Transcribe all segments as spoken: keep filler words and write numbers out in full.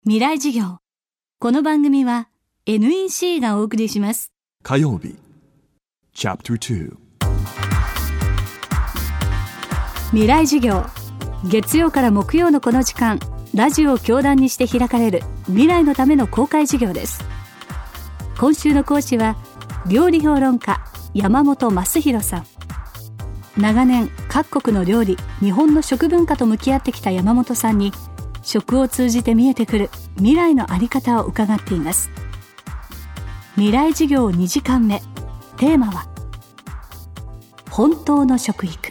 未来授業。この番組は エヌイーシー がお送りします。 火曜日 チャプターに未来授業。月曜から木曜のこの時間、ラジオを教壇にして開かれる未来のための公開授業です。今週の講師は料理評論家山本正弘さん。長年各国の料理、日本の食文化と向き合ってきた山本さんに、食を通じて見えてくる未来のあり方を伺っています。未来授業にじかんめ、テーマは本当の食育。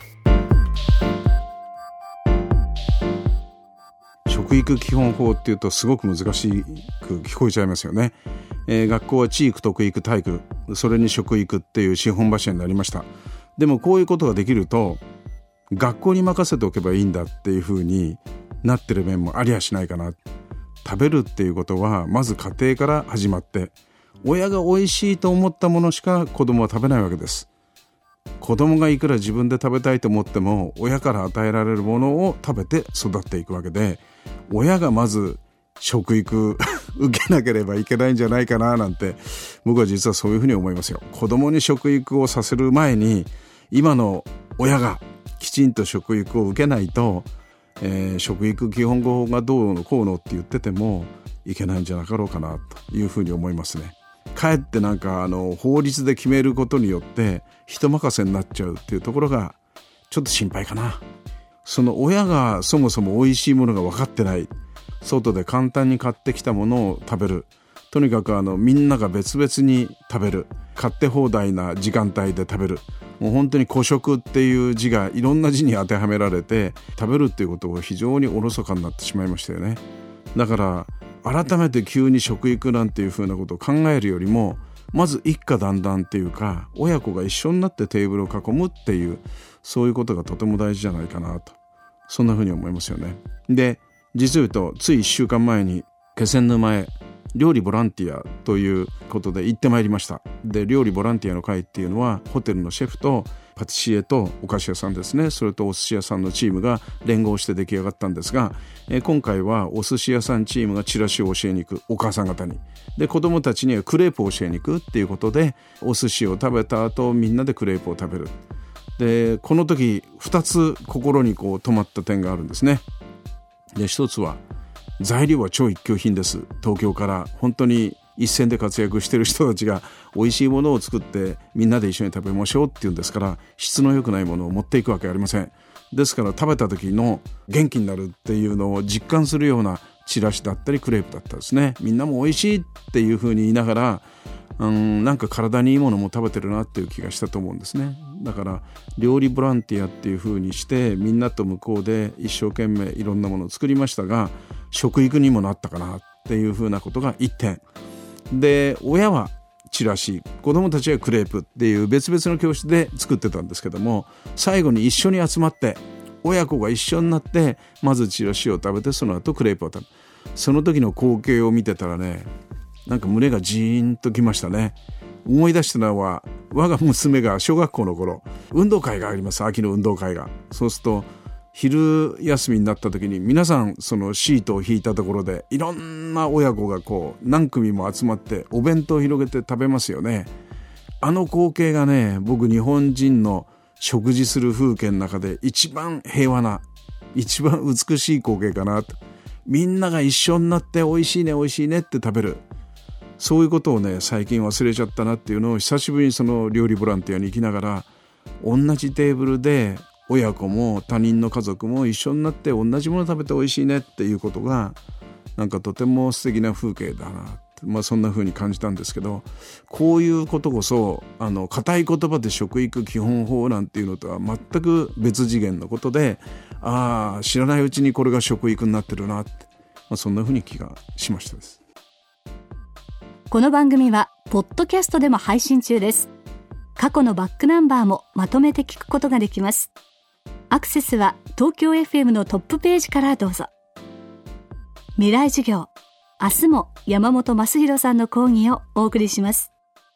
食育基本法っていうとすごく難しく聞こえちゃいますよね。えー、学校は知育徳育体育、それに食育っていう資本柱になりました。でもこういうことができると学校に任せておけばいいんだっていうふうになってる面もありゃしないかな。食べるっていうことはまず家庭から始まって、親が美味しいと思ったものしか子供は食べないわけです。子供がいくら自分で食べたいと思っても、親から与えられるものを食べて育っていくわけで、親がまず食育受けなければいけないんじゃないかななんて、僕は実はそういうふうに思いますよ。子供に食育をさせる前に、今の親がきちんと食育を受けないと、えー、食育基本法がどうのこうのって言っててもいけないんじゃなかろうかなというふうに思いますね。かえってなんかあの法律で決めることによって人任せになっちゃうっていうところがちょっと心配かな。その親がそもそも美味しいものが分かってない、外で簡単に買ってきたものを食べる、とにかくあのみんなが別々に食べる、買って放題な時間帯で食べる、もう本当に孤食っていう字がいろんな字に当てはめられて、食べるっていうことが非常におろそかになってしまいましたよね。だから改めて急に食育なんていうふうなことを考えるよりも、まず一家団らんっていうか、親子が一緒になってテーブルを囲むっていう、そういうことがとても大事じゃないかなと、そんなふうに思いますよね。で、実を言うとついいっしゅうかんまえに気仙沼へ料理ボランティアということで行ってまいりました。で、料理ボランティアの会っていうのはホテルのシェフとパティシエとお菓子屋さんですね、それとお寿司屋さんのチームが連合して出来上がったんですが、え今回はお寿司屋さんチームがチラシを教えに行く、お母さん方に、で子供たちにはクレープを教えに行くっていうことで、お寿司を食べた後みんなでクレープを食べる。でこの時ふたつ心にこう止まった点があるんですね。で一つは材料は超一級品です。東京から本当に一線で活躍している人たちが美味しいものを作ってみんなで一緒に食べましょうっていうんですから、質の良くないものを持っていくわけありません。ですから食べた時の元気になるっていうのを実感するようなチラシだったりクレープだったですね。みんなも美味しいっていう風に言いながら、うん、なんか体にいいものも食べてるなっていう気がしたと思うんですね。だから料理ボランティアっていう風にしてみんなと向こうで一生懸命いろんなものを作りましたが、食育にもなったかなっていう風なことがいってんで、親はチラシ、子供たちはクレープっていう別々の教室で作ってたんですけども、最後に一緒に集まって親子が一緒になってまずチラシを食べて、その後クレープを食べる。その時の光景を見てたらね、なんか胸がジーンときましたね。思い出したのは我が娘が小学校の頃運動会があります。秋の運動会が。そうすると昼休みになった時に皆さんそのシートを引いたところでいろんな親子がこう何組も集まってお弁当を広げて食べますよね。あの光景がね、僕日本人の食事する風景の中で一番平和な、一番美しい光景かなと。みんなが一緒になって美味しいね美味しいねって食べる、そういうことをね最近忘れちゃったなっていうのを久しぶりにその料理ボランティアに行きながら、同じテーブルで親子も他人の家族も一緒になって同じもの食べて美味しいねっていうことがなんかとても素敵な風景だなって、まあそんな風に感じたんですけど、こういうことこそあの固い言葉で食育基本法なんていうのとは全く別次元のことで、ああ知らないうちにこれが食育になってるなって、まあ、そんな風に気がしましたです。 この番組はポッドキャストでも配信中です。過去のバックナンバーもまとめて聞くことができます。アクセスは東京 エフエム のトップページからどうぞ。未来授業、明日も山本正弘さんの講義をお送りします。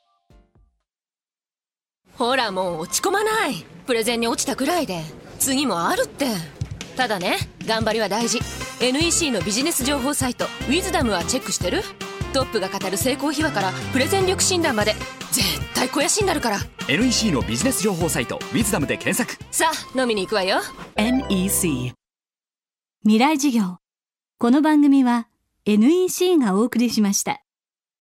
ほらもう落ち込まない。プレゼンに落ちたくらいで次もあるって。ただね、頑張りは大事。 エヌイーシー のビジネス情報サイトウィズダムはチェックしてる？トップが語る成功秘話からプレゼン力診断まで絶対肥やしになるから。 エヌイーシー のビジネス情報サイトウィズダムで検索。 さあ飲みに行くわよ。 エヌイーシー未来事業。この番組は エヌイーシー がお送りしました。